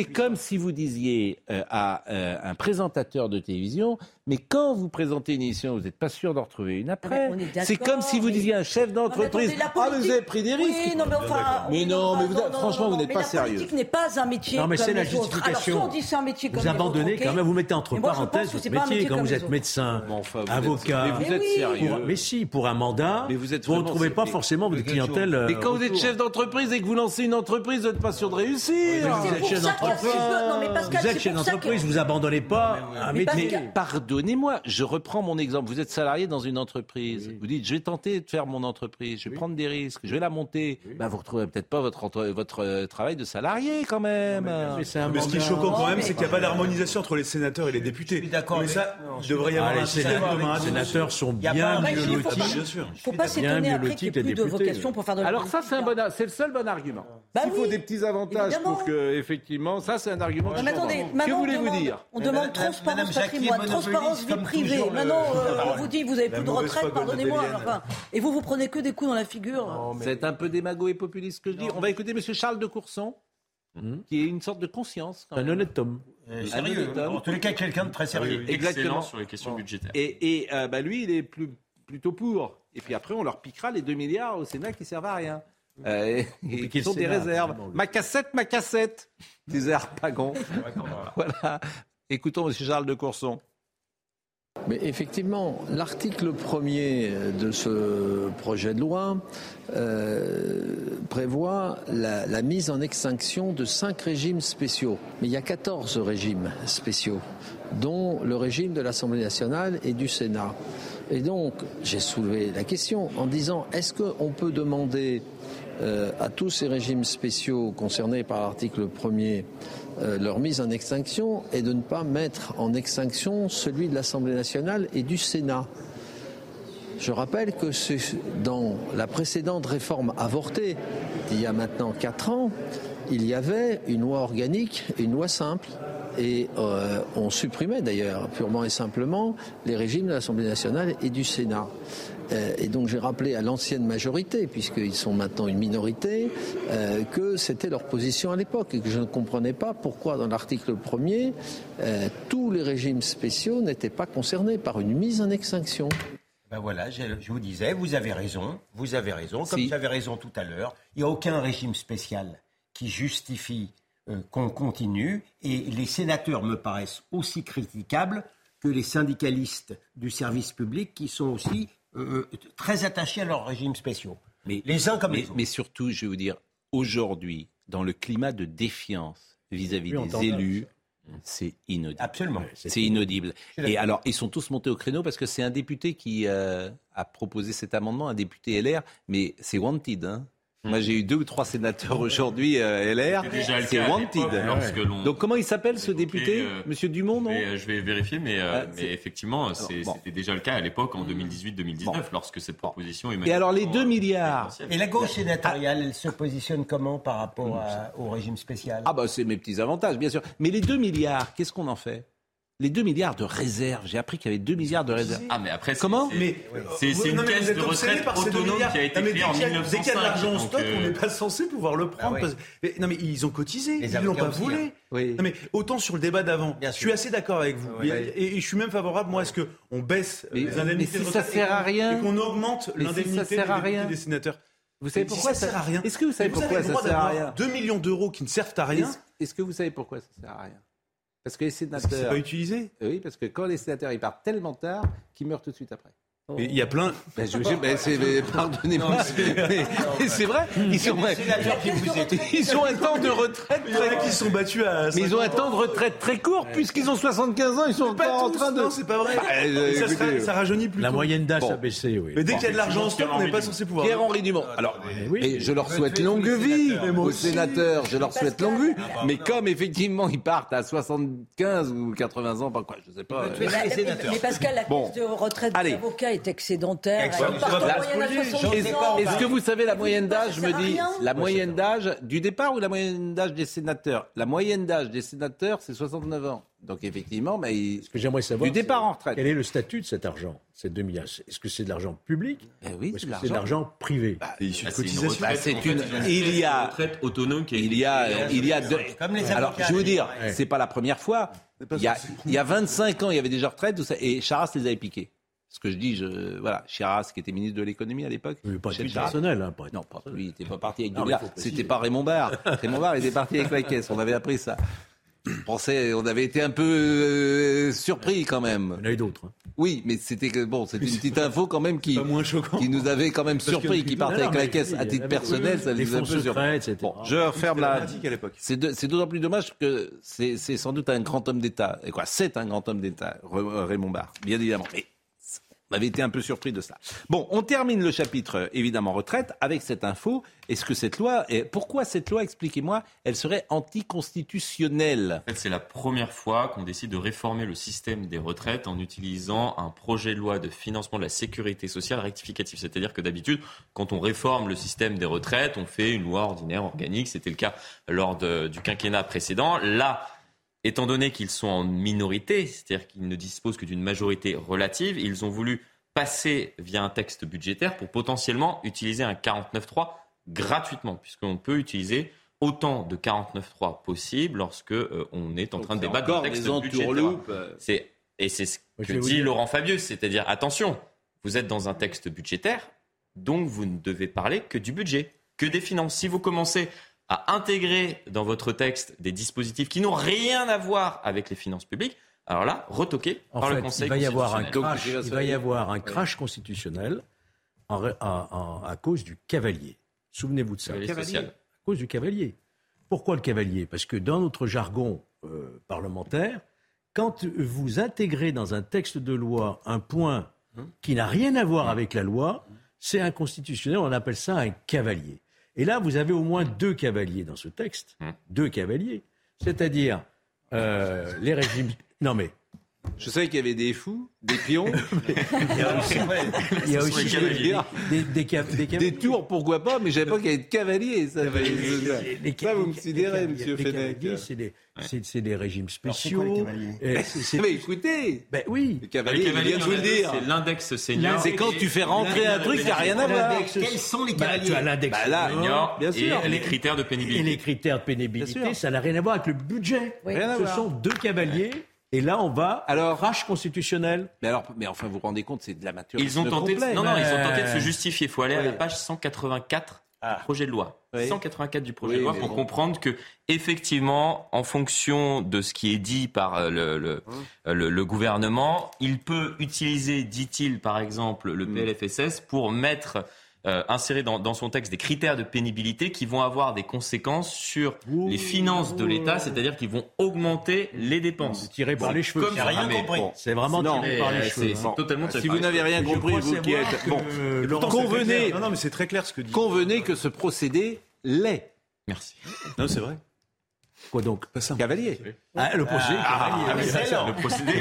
à un présentateur de télévision, mais quand vous présentez une émission, vous n'êtes pas sûr d'en retrouver une après. C'est comme si vous disiez à un chef d'entreprise, vous avez pris des risques. Oui, non, mais franchement, vous n'êtes pas sérieux. La politique n'est pas un métier. Non, mais c'est la justification. Alors, si on dit c'est un métier comme vous abandonnez quand même, vous mettez entre parenthèses votre métier quand vous êtes médecin, avocat. Mais vous êtes sérieux. Mais si, pour un mandat, vous ne retrouvez pas forcément votre clientèle. Mais quand vous êtes chef d'entreprise et que vous lancez une entreprise, vous n'êtes pas sûr de réussir. Vous êtes chef d'entreprise, vous abandonnez pas un métier. Pardonnez-moi, je reprends mon exemple. Vous êtes salarié dans une entreprise. Vous dites, je vais tenter de faire mon entreprise, je vais prendre des risques, je vais la monter. Vous ne retrouvez peut-être pas votre travail de salarié quand même. Mais ce qui est choquant quand même, c'est qu'il n'y a pas d'harmonisation entre les sénateurs et les députés. Je suis d'accord. Mais ça, il devrait y avoir un système commun. Les sénateurs sont bien mieux lotis. Il ne faut pas s'étonner après qu'il n'y ait plus de vocation pour faire de la politique. Alors ça, c'est le seul bon argument. Il faut des petits avantages pour que, effectivement, ça c'est un argument. Mais attendez, que voulez-vous dire ? On demande transparence patrimoine, transparence vie privée. Maintenant, on vous dit, vous n'avez plus de retraite, pardonnez-moi. Et vous prenez que des coups dans la figure. C'est un peu démago et populiste ce que je dis. On va écouter M. Charles de Courson, qui est une sorte de conscience. Un honnête homme. Sérieux. En tous les cas, quelqu'un de très sérieux. Exactement. Sur les questions budgétaires. Et lui, il est plutôt pour. Et puis après, on leur piquera les 2 milliards au Sénat qui servent à rien. Et qui sont des réserves. Ma cassette, disait Harpagon. Voilà. Écoutons M. Charles de Courson. Mais effectivement, l'article 1er de ce projet de loi prévoit la mise en extinction de 5 régimes spéciaux. Mais il y a 14 régimes spéciaux, dont le régime de l'Assemblée nationale et du Sénat. Et donc, j'ai soulevé la question en disant, est-ce qu'on peut demander à tous ces régimes spéciaux concernés par l'article 1er leur mise en extinction et de ne pas mettre en extinction celui de l'Assemblée nationale et du Sénat. Je rappelle que dans la précédente réforme avortée, il y a maintenant 4 ans, il y avait une loi organique et une loi simple. Et on supprimait d'ailleurs purement et simplement les régimes de l'Assemblée nationale et du Sénat. Et donc j'ai rappelé à l'ancienne majorité, puisqu'ils sont maintenant une minorité, que c'était leur position à l'époque et que je ne comprenais pas pourquoi dans l'article 1er, tous les régimes spéciaux n'étaient pas concernés par une mise en extinction. Ben voilà, je vous disais, vous avez raison, comme j'avais raison tout à l'heure, il n'y a aucun régime spécial qui justifie qu'on continue, et les sénateurs me paraissent aussi critiquables que les syndicalistes du service public qui sont aussi très attachés à leurs régimes spéciaux. Les uns comme les autres. Mais surtout, je vais vous dire, aujourd'hui, dans le climat de défiance vis-à-vis des élus, c'est inaudible. Absolument. C'est inaudible. Et alors, ils sont tous montés au créneau parce que c'est un député qui a proposé cet amendement, un député LR, mais c'est wanted, hein. Moi, j'ai eu 2 ou 3 sénateurs aujourd'hui LR. C'est wanted. Donc, comment il s'appelle ce député, Monsieur Dumont, non ? Je vais vérifier, mais effectivement, c'était déjà le cas à l'époque, en 2018-2019, lorsque cette proposition est menée. Et alors, les 2 milliards. Et la gauche sénatoriale, elle se positionne comment par rapport au régime spécial ? Ah, c'est mes petits avantages, bien sûr. Mais les 2 milliards, qu'est-ce qu'on en fait ? Les 2 milliards de réserves. J'ai appris qu'il y avait 2 milliards de réserves. Ah, mais après, comment ? C'est une caisse de retraite autonome qui a été créée en 1905. Dès qu'il y a de l'argent en stock, on n'est pas censé pouvoir le prendre. Non, mais ils ont cotisé, ils ne l'ont pas volé. Oui. Non, mais autant sur le débat d'avant, je suis assez d'accord avec vous. Et je suis même favorable, moi, à ce qu'on baisse les indemnités de retraite. Ça sert à rien. Et qu'on augmente l'indemnité des sénateurs. Vous savez pourquoi ça sert à rien ? Est-ce que vous savez pourquoi ça sert à rien ? 2 millions d'euros qui ne servent à rien. Est-ce que vous savez pourquoi ça sert à rien ? Parce que les sénateurs. Parce que c'est pas utilisé. Oui, parce que quand les sénateurs ils partent tellement tard qu'ils meurent tout de suite après. Mais il y a plein. Pardonnez-moi, mais c'est vrai. Ils ont un temps de retraite. Il y en a qui sont battus à. Mais ils ont un temps de retraite très court puisqu'ils ont 75 ans. Ils sont encore en train de. Non, c'est pas vrai. Ça rajeunit plus. La moyenne d'âge a baissé. Oui. Mais dès qu'il y a de l'argent en stock, on n'est pas censé pouvoir. Pierre-Henri Dumont. Alors, je leur souhaite longue vie aux sénateurs. Je leur souhaite longue vie. Mais comme effectivement ils partent à 75 ou 80 ans, pas quoi, je sais pas. Mais Pascal, la caisse de retraite des avocats l'État est excédentaire. Est-ce que vous savez la moyenne d'âge, la moyenne d'âge du départ ou la moyenne d'âge des sénateurs? La moyenne d'âge des sénateurs, c'est 69 ans. Donc effectivement, ce que j'aimerais savoir, du départ en retraite. Quel est le statut de cet argent, ces 2 milliards? Est-ce que c'est de l'argent public oui, ou est-ce que c'est de l'argent privé? C'est issu de cotisation. Il y a retraite autonome qui alors je vais vous dire, c'est pas la première fois. Il y a 25 ans, il y avait déjà retraites et Charasse les avait piquées. Ce que je dis, voilà, Chirac, qui était ministre de l'économie à l'époque. Pas de personnel, hein, non, lui, il n'était pas parti avec 2 milliards. C'était pas Raymond Barre. Raymond Barre, il était parti avec la caisse. On avait appris ça. On avait été un peu surpris quand même. Il y en a eu d'autres. Hein. Oui, mais c'était une petite info quand même qui nous avait quand même surpris, qui partait avec la caisse à titre personnel, ça les a un peu surpris. Bon, je referme la. C'est d'autant plus dommage que c'est sans doute un grand homme d'État. Et quoi, c'est un grand homme d'État, Raymond Barre, bien évidemment. Mais on avait été un peu surpris de ça. Bon, on termine le chapitre, évidemment, retraite, avec cette info. Est-ce que cette loi, pourquoi cette loi, expliquez-moi, elle serait anticonstitutionnelle? En fait, c'est la première fois qu'on décide de réformer le système des retraites en utilisant un projet de loi de financement de la sécurité sociale rectificatif. C'est-à-dire que d'habitude, quand on réforme le système des retraites, on fait une loi ordinaire, organique. C'était le cas lors du quinquennat précédent. Là, étant donné qu'ils sont en minorité, c'est-à-dire qu'ils ne disposent que d'une majorité relative, ils ont voulu passer via un texte budgétaire pour potentiellement utiliser un 49.3 gratuitement, puisqu'on peut utiliser autant de 49.3 possible lorsque on est en train de débattre d'un texte budgétaire. Et c'est ce que dit Laurent Fabius, c'est-à-dire attention, vous êtes dans un texte budgétaire, donc vous ne devez parler que du budget, que des finances. Si vous commencez à intégrer dans votre texte des dispositifs qui n'ont rien à voir avec les finances publiques, alors là, retoqué par le Conseil constitutionnel. Il va y avoir un crash constitutionnel à cause du cavalier. Souvenez-vous de ça. À cause du cavalier. Pourquoi le cavalier? Parce que dans notre jargon parlementaire, quand vous intégrez dans un texte de loi un point qui n'a rien à voir avec la loi, c'est inconstitutionnel, on appelle ça un cavalier. Et là, vous avez au moins 2 cavaliers dans ce texte. 2 cavaliers. C'est-à-dire les régimes... Non mais... Je savais qu'il y avait des fous, des pions. Il y a aussi des tours, pourquoi pas, mais je ne savais pas qu'il y avait de cavaliers. Ça, vous me sidérez, M. Fenech. C'est des régimes spéciaux. Mais écoutez, oui. Les cavaliers, je viens de vous le dire. C'est l'index senior. C'est quand tu fais rentrer un truc qui n'a rien à voir. Quels sont les cavaliers? Tu as l'index senior et les critères de pénibilité. Et les critères de pénibilité, ça n'a rien à voir avec le budget. Ce sont 2 cavaliers. Et là, on va crash constitutionnel. Mais enfin, vous vous rendez compte, c'est de l'amateurisme. Ils ont tenté de se justifier. Il faut aller à la page 184 du projet de loi. 184 du projet de loi pour comprendre que, effectivement, en fonction de ce qui est dit par le gouvernement, il peut utiliser, dit-il, par exemple, le PLFSS pour insérer dans son texte des critères de pénibilité qui vont avoir des conséquences sur les finances de l'État, c'est-à-dire qu'ils vont augmenter les dépenses. Tiré par les cheveux. J'ai rien compris. C'est vraiment tiré par les cheveux. C'est totalement. Si vous n'avez rien compris, vous qui êtes convenez. Non, mais c'est très clair ce que dit. Convenez que ce procédé l'est. Merci. Non, c'est vrai. Quoi donc? Cavalier. Le procédé cavalier. Le procédé.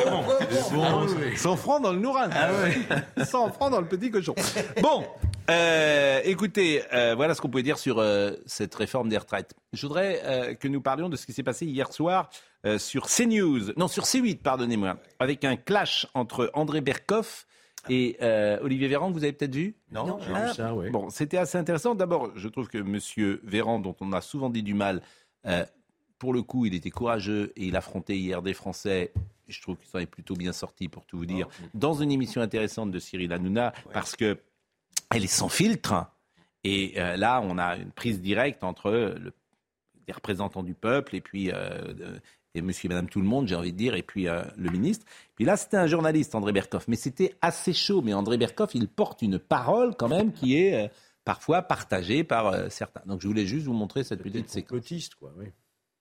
100 francs dans le Nouran. 100 francs dans le petit cochon. Bon, écoutez, voilà ce qu'on pouvait dire sur cette réforme des retraites. Je voudrais que nous parlions de ce qui s'est passé hier soir sur CNews, non sur C8, pardonnez-moi, avec un clash entre André Berkoff et Olivier Véran, que vous avez peut-être vu? Non, j'ai vu ça, oui. Bon, c'était assez intéressant. D'abord, je trouve que M. Véran, dont on a souvent dit du mal, pour le coup, il était courageux et il affrontait hier des Français. Je trouve qu'il s'en est plutôt bien sorti, pour tout vous dire, dans une émission intéressante de Cyril Hanouna, parce que elle est sans filtre. Et là, on a une prise directe entre les représentants du peuple et puis et monsieur et madame tout le monde, j'ai envie de dire, et puis le ministre. Puis là, c'était un journaliste, André Berkoff, mais c'était assez chaud. Mais André Berkoff, il porte une parole quand même qui est parfois partagée par certains. Donc je voulais juste vous montrer cette petite séquence. Quoi, oui.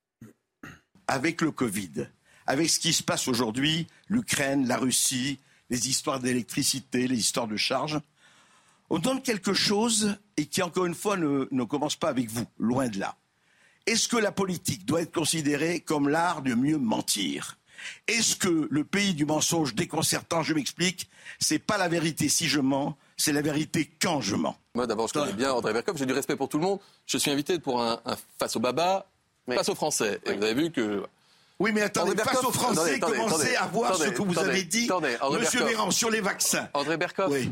Avec le Covid, avec ce qui se passe aujourd'hui, l'Ukraine, la Russie, les histoires d'électricité, les histoires de charges, on donne quelque chose et qui, encore une fois, ne commence pas avec vous, loin de là. Est-ce que la politique doit être considérée comme l'art de mieux mentir? Est-ce que le pays du mensonge déconcertant, je m'explique, c'est pas la vérité si je mens, c'est la vérité quand je mens. Moi, d'abord, je connais bien André Berkoff, j'ai du respect pour tout le monde. Je suis invité pour un face au Baba, face aux Français. Et vous avez vu que... Oui, mais attendez, face aux Français, commencez à voir ce que vous avez dit, Monsieur Véran, sur les vaccins. André Berkoff, vous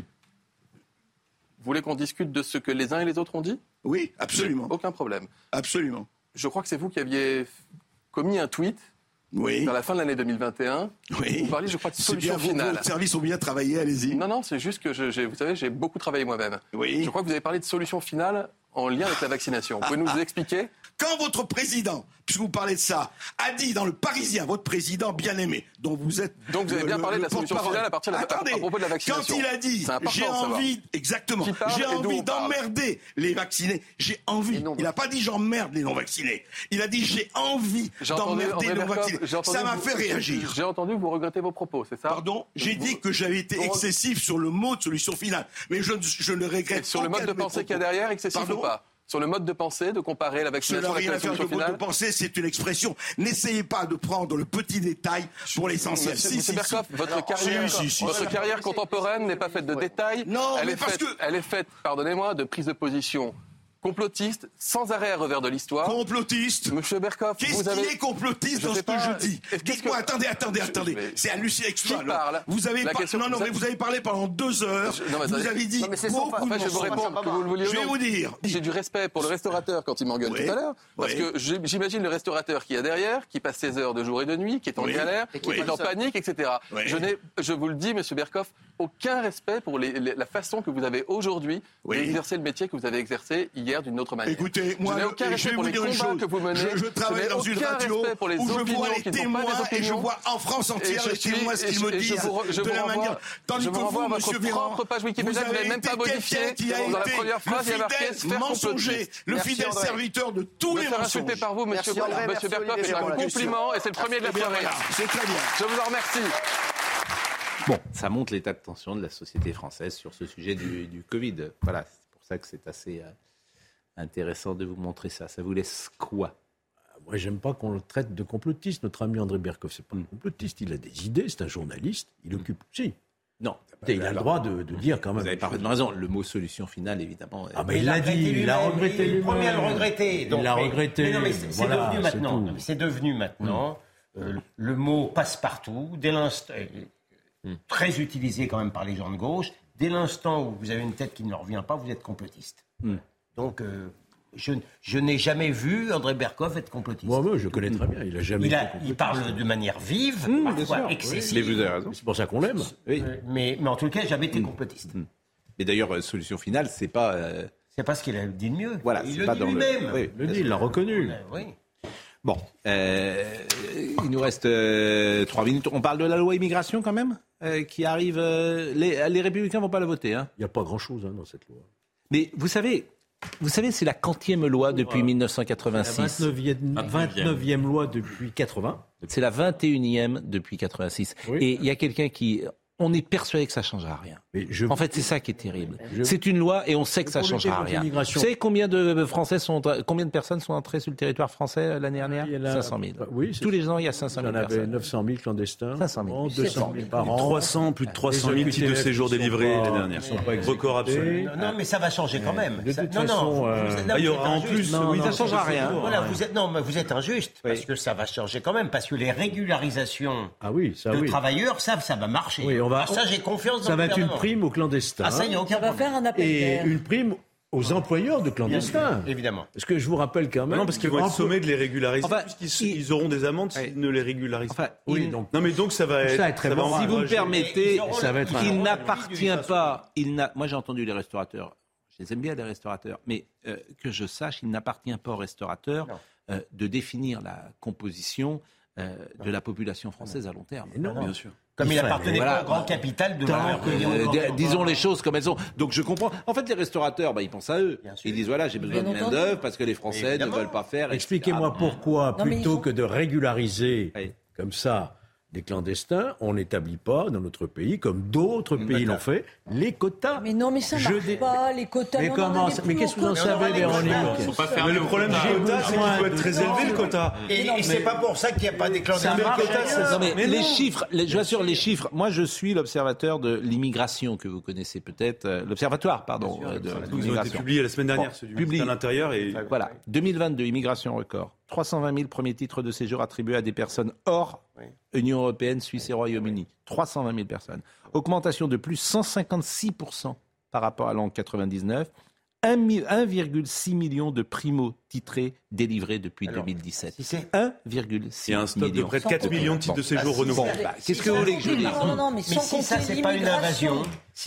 voulez qu'on discute de ce que les uns et les autres ont dit ? Oui, absolument. Aucun problème. Absolument. Je crois que c'est vous qui aviez commis un tweet vers la fin de l'année 2021. Oui. Vous parliez, je crois, de solution finale. Vos services ont bien travaillé, allez-y. Non, c'est juste que, vous savez, j'ai beaucoup travaillé moi-même. Oui. Je crois que vous avez parlé de solution finale en lien avec la vaccination. Vous pouvez nous expliquer ? Quand votre président, puisque vous parlez de ça, a dit dans le Parisien, votre président bien-aimé, dont vous êtes... Donc vous avez bien parlé de la solution finale à partir à propos de la vaccination. Quand il a dit, j'ai envie, exactement, j'ai envie d'emmerder les vaccinés, j'ai envie. Il n'a pas dit j'emmerde les non-vaccinés. Il a dit j'ai envie d'emmerder les non-vaccinés. Ça m'a fait réagir. J'ai entendu que vous regrettez vos propos, c'est ça ? Pardon ? J'ai dit que j'avais été excessif sur le mot de solution finale. Mais je ne regrette pas. Sur le mode de pensée qu'il y a derrière, excessif ou pas ? Sur le mode de pensée, de comparer la vaccination avec la solution finale. Le mode de pensée, c'est une expression. N'essayez pas de prendre le petit détail pour l'essentiel. Monsieur Berkoff, votre carrière contemporaine n'est pas faite de détails. Non, elle est faite, pardonnez-moi, de prise de position complotiste, sans arrêt à revers de l'histoire. Complotiste ? Monsieur Berkoff, qu'est-ce qui est complotiste dans ce que je dis ? Dites-moi, attendez. C'est hallucinant. Vous avez mais vous avez parlé pendant 2 heures. Vous avez dit beaucoup de je vais vous répondre que vous le vouliez. Je vais vous dire. J'ai du respect pour le restaurateur quand il m'engueule tout à l'heure. Parce que j'imagine le restaurateur qui est derrière, qui passe ses heures de jour et de nuit, qui est en galère, qui est en panique, etc. Je vous le dis, monsieur Berkoff, aucun respect pour la façon que vous avez aujourd'hui d'exercer le métier que vous avez exercé hier d'une autre manière. Écoutez, moi, je n'ai aucun respect pour les combats que vous menez. Je travaille dans une radio où je vois les témoins et je vois en France entière les témoins ce qu'ils me disent de la manière. Tandis que vous, monsieur Véran, vous avez été quelqu'un qui a été le fidèle mensonger, le fidèle serviteur de tous les mensonges. Insulté par vous, monsieur Berkoff, c'est un compliment et c'est le premier de la soirée. C'est très bien. Je vous en remercie. Bon, ça montre l'état de tension de la société française sur ce sujet du Covid. Voilà, c'est pour ça que c'est assez intéressant de vous montrer ça. Ça vous laisse quoi ? Moi, j'aime pas qu'on le traite de complotiste. Notre ami André Berkoff, c'est pas un complotiste. Il a des idées, c'est un journaliste. Il occupe... Si. Non. Il a le droit de dire quand même. Vous avez parfaitement raison. Le mot solution finale, évidemment. Ah, mais il l'a dit. Il a regretté lui-même. Il est le premier à le regretter. Il l'a regretté. Mais non, mais c'est devenu maintenant. C'est devenu maintenant. Le mot passe-partout. Dès l'instant... très utilisé quand même par les gens de gauche. Dès l'instant où vous avez une tête qui ne leur revient pas, vous êtes complotiste. Donc, je n'ai jamais vu André Berkoff être complotiste. Moi, je connais très bien. Il a jamais été complotiste. Il parle de manière vive, parfois excessive. Mais vous avez raison. C'est pour ça qu'on l'aime. Oui. Mais en tout cas, jamais été complotiste. Mais d'ailleurs, solution finale, c'est pas... C'est pas ce qu'il a dit de mieux. Voilà, il le dit lui-même. Oui, il l'a reconnu. Oui. Bon, il nous reste 3 minutes. On parle de la loi immigration quand même, qui arrive. Les Républicains vont pas la voter. Hein. Il n'y a pas grand-chose dans cette loi. Mais vous savez, c'est la 40e loi depuis 1986. La 29e loi depuis 80. C'est la 21e depuis 86. Oui. Et il y a quelqu'un qui... On est persuadé que ça ne changera rien. En fait, c'est ça qui est terrible. C'est une loi et on sait que ça ne changera rien. Vous savez combien de personnes sont entrées sur le territoire français l'année dernière ? 500 000. Oui, tous les ans, il y a 500 000 personnes. Il y en avait 900 000 clandestins. 500 000. 200 000 par an. Plus de 300 000 titres de séjour délivrés l'année dernière. Record absolu. Non, mais ça va changer quand même. De toute façon, il y aura en plus... ça ne changera rien. Voilà, vous êtes injuste, parce que ça va changer quand même, parce que les régularisations de travailleurs, ça va marcher. Ça, j'ai confiance dans ça le va être une gouvernement. prime aux clandestins. Ah, ça y est, aucun va faire un appel et une prime aux employeurs de clandestins. Évidemment. Parce que je vous rappelle quand même... Non, parce qu'ils vont être sommés de les régulariser, puisqu'ils auront des amendes s'ils ne les régularisent pas. Donc ça va être... Si vous me permettez, il n'appartient pas... Moi, j'ai entendu les restaurateurs. Je les aime bien, les restaurateurs. Mais que je sache, il n'appartient pas aux restaurateurs de définir la composition de la population française à long terme. Non, bien sûr. Comme il appartenait pas au grand capital de valeur. Disons les choses comme elles sont. Donc je comprends. En fait, les restaurateurs, ils pensent à eux. Ils disent voilà, j'ai besoin de main-d'œuvre parce que les Français ne veulent pas faire. Expliquez-moi pourquoi, plutôt que de régulariser comme ça des clandestins, on n'établit pas dans notre pays, comme d'autres pays l'ont fait, les quotas. Mais non, mais ça ne marche pas, les quotas. Mais comment ça... Mais qu'est-ce que vous en savez, Véronique? Mais le problème du quota, c'est qu'il peut être très élevé, le quota. Et c'est pas pour ça qu'il n'y a pas des clandestins. Les chiffres, je vous assure, les chiffres. Moi, je suis l'observateur de l'immigration, que vous connaissez peut-être. L'observatoire, pardon, de l'immigration. Ils ont été publiés la semaine dernière, ceux du ministère de l'Intérieur. Voilà, 2022, immigration record. 320 000 premiers titres de séjour attribués à des personnes hors Union européenne, Suisse et Royaume-Uni. 320 000 personnes. Augmentation de plus 156% par rapport à l'an 99. 1,6 million de primo-titrés délivrés depuis 2017. 1,6 Il y a un stock de près de 4 millions de titres de séjour renouvelés. Qu'est-ce que vous voulez que je dise? Non, mais sans si ça, c'est pas une invasion,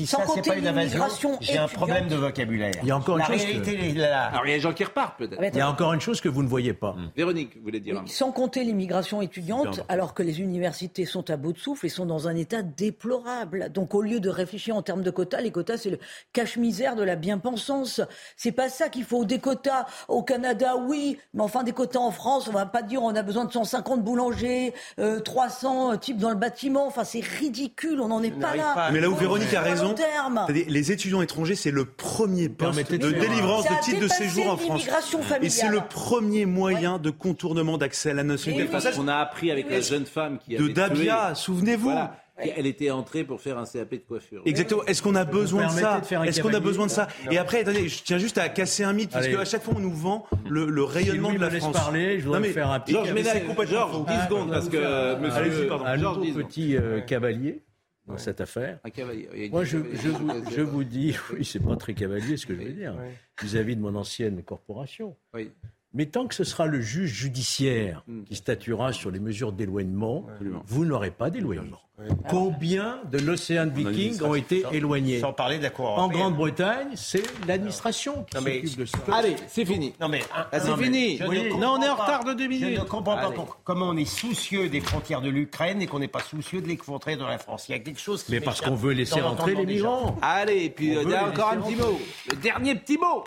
j'ai un problème de vocabulaire. Il y a encore une chose. Alors, il y a des gens qui repartent, peut-être. Il y a encore une chose que vous ne voyez pas. Véronique, vous voulez dire? Sans compter l'immigration étudiante, alors que les universités sont à bout de souffle et sont dans un état déplorable. Donc, au lieu de réfléchir en termes de quotas, les quotas, c'est le cache-misère de la bien-pensance. C'est pas ça qu'il faut. Des quotas au Canada, oui, mais enfin des quotas en France, on va pas dire on a besoin de 150 boulangers, 300 types dans le bâtiment. Enfin, c'est ridicule, on n'en est pas là. Mais là où Véronique a raison, les étudiants étrangers, c'est le premier poste de délivrance de titres de séjour en France. Et c'est le premier moyen de contournement d'accès à la nationalité française. On a appris avec la jeune femme qui avait de Dabia, souvenez-vous. Voilà. Elle était entrée pour faire un CAP de coiffure. Exactement. Est-ce qu'on a besoin de ça? Est-ce qu'on a besoin de ça? Et après, attendez, je tiens juste à casser un mythe, parce qu'à chaque fois, on nous vend le rayonnement de la France. Parler, je voudrais faire un petit... Georges, 10 secondes, parce que... Un nouveau petit cavalier dans cette affaire. Un cavalier. Moi, je vous dis, oui, c'est pas très cavalier ce que je veux dire, vis-à-vis de mon ancienne corporation. Oui. Mais tant que ce sera le juge judiciaire qui statuera sur les mesures d'éloignement, vous n'aurez pas d'éloignement. Combien de l'Océan Viking ont été éloignés? Sans parler de la Cour européenne. En Grande-Bretagne, c'est l'administration qui s'occupe de ça. Allez, c'est fini. C'est fini. Non, on est en retard de 2 minutes. Je ne comprends pas comment on est soucieux des frontières de l'Ukraine et qu'on n'est pas soucieux de les frontières de la France. Il y a quelque chose qui... Mais parce qu'on veut laisser rentrer les migrants. Allez, et puis il y a encore un petit mot. Le dernier petit mot.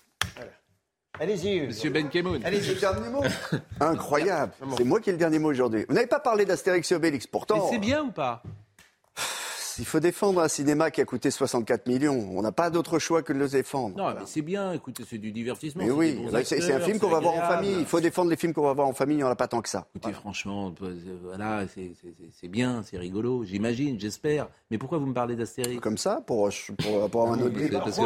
Allez-y, Monsieur Ben Kemoun. Allez-y, le dernier mot. Incroyable. C'est moi qui ai le dernier mot aujourd'hui. Vous n'avez pas parlé d'Astérix et Obélix, pourtant. Mais c'est bien ou pas? Il faut défendre un cinéma qui a coûté 64 millions. On n'a pas d'autre choix que de le défendre. Non, mais c'est bien, écoutez, c'est du divertissement. Mais oui, c'est un film qu'on va voir en famille. Il faut défendre les films qu'on va voir en famille, il n'y en a pas tant que ça. Écoutez, franchement, voilà, c'est bien, c'est rigolo, j'imagine, j'espère. Mais pourquoi vous me parlez d'Astérix? Comme ça, pour avoir un autre but. Parce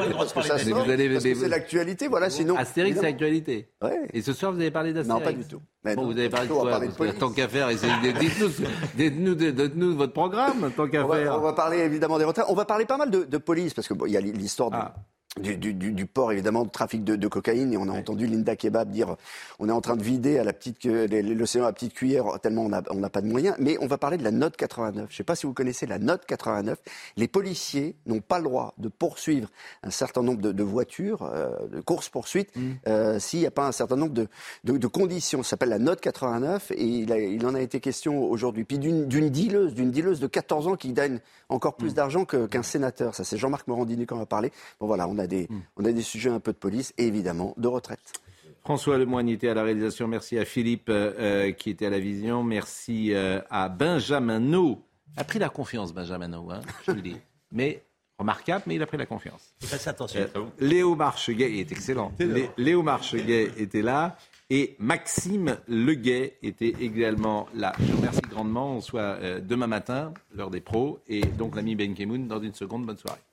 que c'est l'actualité, voilà, sinon... Astérix, c'est l'actualité. Ouais. Et ce soir, vous avez parlé d'Astérix? Non, pas du tout. Bon, vous avez parlé de quoi? Tant qu'à faire, dites-nous votre programme, tant qu'à faire. On va parler évidemment des retraites. On va parler pas mal de police, parce que il y a l'histoire du port, évidemment, de trafic de cocaïne. Et on a entendu Linda Kebab dire on est en train de vider à l'océan à la petite cuillère, tellement on n'a pas de moyens. Mais on va parler de la note 89. Je ne sais pas si vous connaissez la note 89. Les policiers n'ont pas le droit de poursuivre un certain nombre de voitures, de courses-poursuites, s'il n'y a pas un certain nombre de conditions. Ça s'appelle la note 89 et il en a été question aujourd'hui. Puis d'une dealeuse de 14 ans qui gagne encore plus d'argent qu'un sénateur. Ça, c'est Jean-Marc Morandini qui en a parlé. Bon, voilà, on a des sujets un peu de police et évidemment de retraite. François Lemoyne était à la réalisation. Merci à Philippe qui était à la vision. Merci à Benjamin No. Il a pris la confiance, Benjamin No, je le dis. Mais remarquable, mais il a pris la confiance. Faites attention. Léo Marcheguet, il est excellent. Léo Marcheguet était là. Et Maxime Leguet était également là. Je vous remercie grandement. On se voit demain matin, l'heure des pros. Et donc l'ami Ben Kemoun, dans une seconde. Bonne soirée.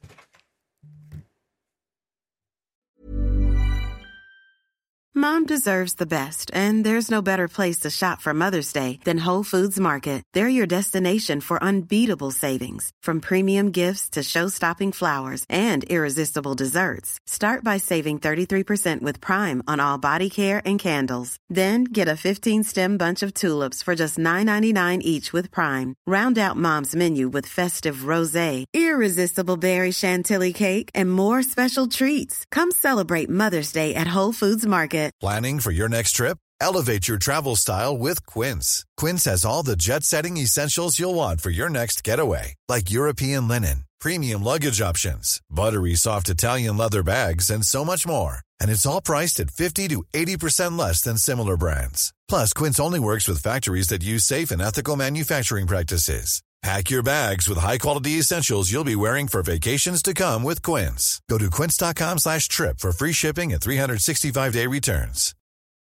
Mom deserves the best, and there's no better place to shop for Mother's Day than Whole Foods Market. They're your destination for unbeatable savings, from premium gifts to show-stopping flowers and irresistible desserts. Start by saving 33% with Prime on all body care and candles. Then get a 15-stem bunch of tulips for just $9.99 each with Prime. Round out Mom's menu with festive rosé, irresistible berry chantilly cake, and more special treats. Come celebrate Mother's Day at Whole Foods Market. Planning for your next trip? Elevate your travel style with Quince. Quince has all the jet-setting essentials you'll want for your next getaway, like European linen, premium luggage options, buttery soft Italian leather bags, and so much more. And it's all priced at 50 to 80% less than similar brands. Plus, Quince only works with factories that use safe and ethical manufacturing practices. Pack your bags with high-quality essentials you'll be wearing for vacations to come with Quince. Go to quince.com/trip for free shipping and 365-day returns.